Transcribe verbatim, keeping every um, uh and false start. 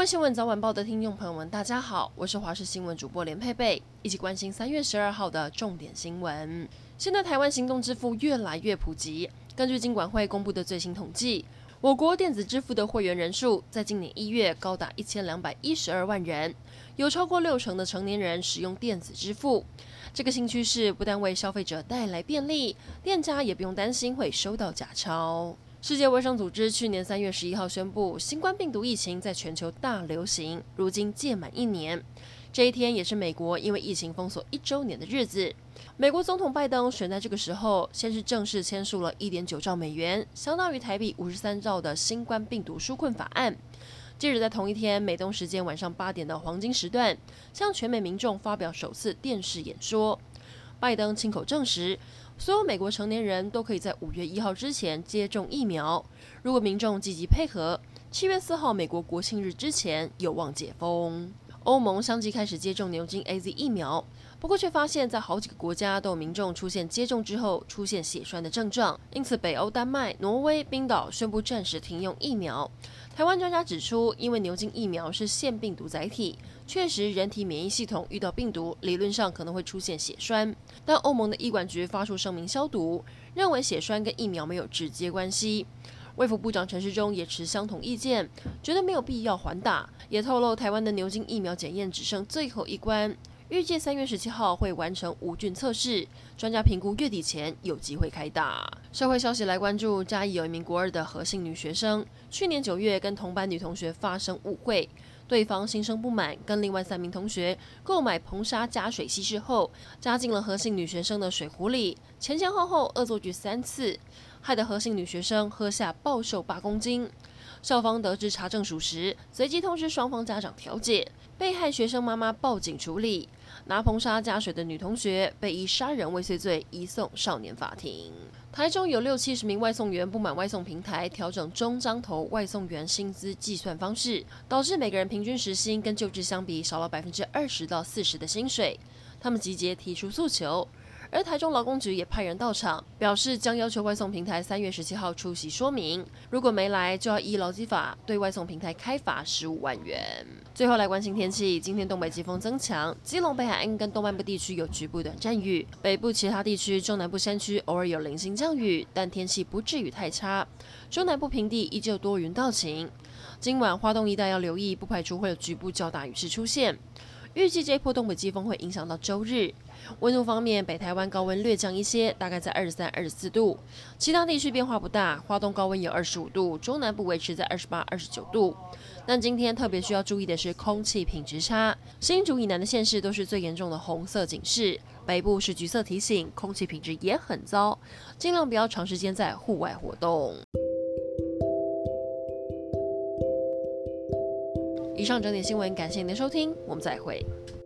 新闻早晚报的听众朋友们，大家好，我是华视新闻主播连佩佩，一起关心三月十二号的重点新闻。现在台湾行动支付越来越普及，根据金管会公布的最新统计，我国电子支付的会员人数在今年一月高达一千两百一十二万人，有超过六成的成年人使用电子支付。这个新趋势不但为消费者带来便利，店家也不用担心会收到假钞。世界卫生组织去年三月十一号宣布，新冠病毒疫情在全球大流行，如今届满一年。这一天也是美国因为疫情封锁一周年的日子。美国总统拜登选在这个时候，先是正式签署了 一点九兆美元，相当于台币五十三兆的新冠病毒纾困法案。接着在同一天美东时间晚上八点的黄金时段，向全美民众发表首次电视演说。拜登亲口证实，所有美国成年人都可以在五月一号之前接种疫苗。如果民众积极配合，七月四号美国国庆日之前有望解封。欧盟相继开始接种牛津 A Z 疫苗，不过却发现在好几个国家都有民众出现接种之后出现血栓的症状，因此北欧丹麦、挪威、冰岛宣布暂时停用疫苗。台湾专家指出，因为牛津疫苗是腺病毒载体，确实人体免疫系统遇到病毒，理论上可能会出现血栓，但欧盟的医管局发出声明消毒，认为血栓跟疫苗没有直接关系。卫福部长陈时中也持相同意见，觉得没有必要缓打，也透露台湾的牛津疫苗检验只剩最后一关，预计三月十七号会完成无菌测试，专家评估月底前有机会开打。社会消息来关注，嘉义有一名国二的何姓女学生，去年九月跟同班女同学发生误会，对方心生不满，跟另外三名同学购买硼砂加水稀释后，加进了何姓女学生的水壶里，前前后后恶作剧三次，害得何姓女学生喝下暴瘦八公斤。校方得知查证属实，随即通知双方家长调解，被害学生妈妈报警处理。拿硼砂加水的女同学被以杀人未遂罪移送少年法庭。台中有六七十名外送员不满外送平台调整中彰投外送员薪资计算方式，导致每个人平均时薪跟旧制相比少了百分之二十到四十的薪水。他们集结提出诉求。而台中劳工局也派人到场，表示将要求外送平台三月十七号出席说明，如果没来，就要依劳基法对外送平台开罚十五万元。最后来关心天气，今天东北季风增强，基隆北海岸跟东半部地区有局部短暂雨，北部其他地区、中南部山区偶尔有零星降雨，但天气不至于太差。中南部平地依旧多云到晴。今晚花东一带要留意，不排除会有局部较大雨势出现。预计这一波东北季风会影响到周日。温度方面，北台湾高温略降一些，大概在二十三、二十四度，其他地区变化不大，花东高温有二十五度，中南部维持在二十八、二十九度。但今天特别需要注意的是空气品质差，新竹以南的县市都是最严重的红色警示，北部是橘色提醒，空气品质也很糟，尽量不要长时间在户外活动。以上整点新闻，感谢您的收听，我们再会。